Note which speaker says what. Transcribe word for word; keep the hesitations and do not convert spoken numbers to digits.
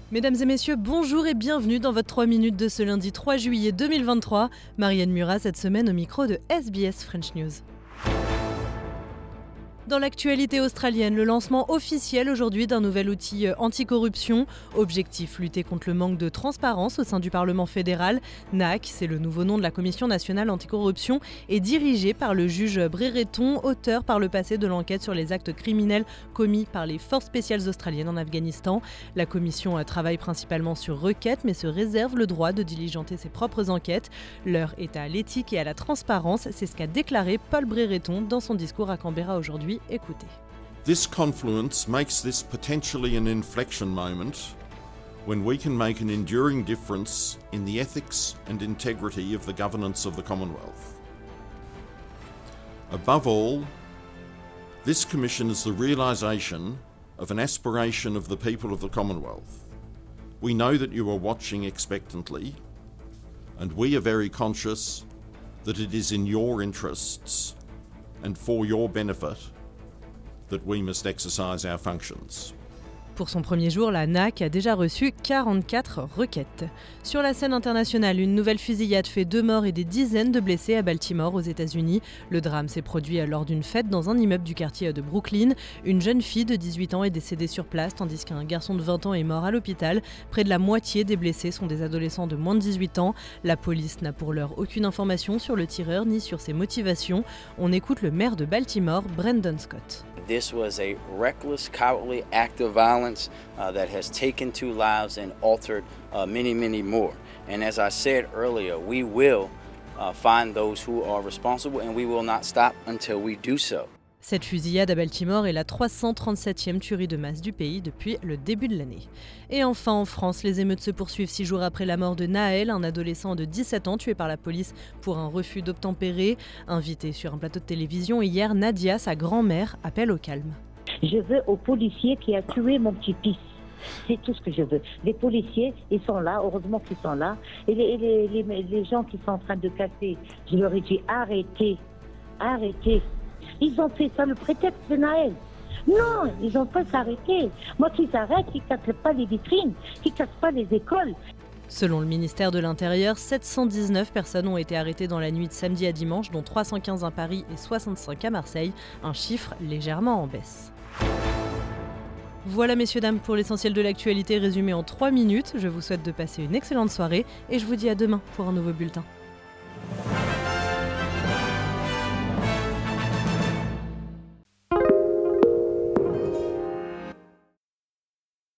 Speaker 1: Mesdames et messieurs, bonjour et bienvenue dans votre trois minutes de ce lundi trois juillet deux mille vingt-trois. Marianne Murat cette semaine au micro de S B S French News. Dans l'actualité australienne, le lancement officiel aujourd'hui d'un nouvel outil anticorruption. Objectif, lutter contre le manque de transparence au sein du Parlement fédéral. N A C, c'est le nouveau nom de la Commission nationale anticorruption, est dirigé par le juge Brereton, auteur par le passé de l'enquête sur les actes criminels commis par les forces spéciales australiennes en Afghanistan. La commission travaille principalement sur requêtes, mais se réserve le droit de diligenter ses propres enquêtes. L'heure est à l'éthique et à la transparence, c'est ce qu'a déclaré Paul Brereton dans son discours à Canberra aujourd'hui. Écoutez.
Speaker 2: This confluence makes this potentially an inflection moment when we can make an enduring difference in the ethics and integrity of the governance of the Commonwealth. Above all, this commission is the realisation of an aspiration of the people of the Commonwealth. We know that you are watching expectantly, and we are very conscious that it is in your interests and for your benefit that we must exercise our functions.
Speaker 1: Pour son premier jour, la N A C a déjà reçu quarante-quatre requêtes. Sur la scène internationale, une nouvelle fusillade fait deux morts et des dizaines de blessés à Baltimore, aux États-Unis. Le drame s'est produit lors d'une fête dans un immeuble du quartier de Brooklyn. Une jeune fille de dix-huit ans est décédée sur place, tandis qu'un garçon de vingt ans est mort à l'hôpital. Près de la moitié des blessés sont des adolescents de moins de dix-huit ans. La police n'a pour l'heure aucune information sur le tireur ni sur ses motivations. On écoute le maire de Baltimore, Brendan Scott.
Speaker 3: This was a reckless, cowardly act of violence uh, that has taken two lives and altered uh, many, many more. And as I said earlier, we will uh, find those who are responsible and we will not stop until we do so.
Speaker 1: Cette fusillade à Baltimore est la trois cent trente-septième tuerie de masse du pays depuis le début de l'année. Et enfin en France, les émeutes se poursuivent six jours après la mort de Naël, un adolescent de dix-sept ans tué par la police pour un refus d'obtempérer. Invitée sur un plateau de télévision hier, Nadia, sa grand-mère, appelle au calme.
Speaker 4: Je veux aux policiers qui a tué mon petit-fils. C'est tout ce que je veux. Les policiers, ils sont là, heureusement qu'ils sont là. Et les, les, les, les gens qui sont en train de casser, je leur ai dit arrêtez, arrêtez. Ils ont fait ça le prétexte de Naël. Non, ils n'ont pas s'arrêter. Moi, qu'ils arrêtent, qu'ils ne cassent pas les vitrines, qu'ils ne cassent pas les écoles.
Speaker 1: Selon le ministère de l'Intérieur, sept cent dix-neuf personnes ont été arrêtées dans la nuit de samedi à dimanche, dont trois cent quinze à Paris et soixante-cinq à Marseille, un chiffre légèrement en baisse. Voilà messieurs dames pour l'essentiel de l'actualité résumé en trois minutes. Je vous souhaite de passer une excellente soirée et je vous dis à demain pour un nouveau bulletin.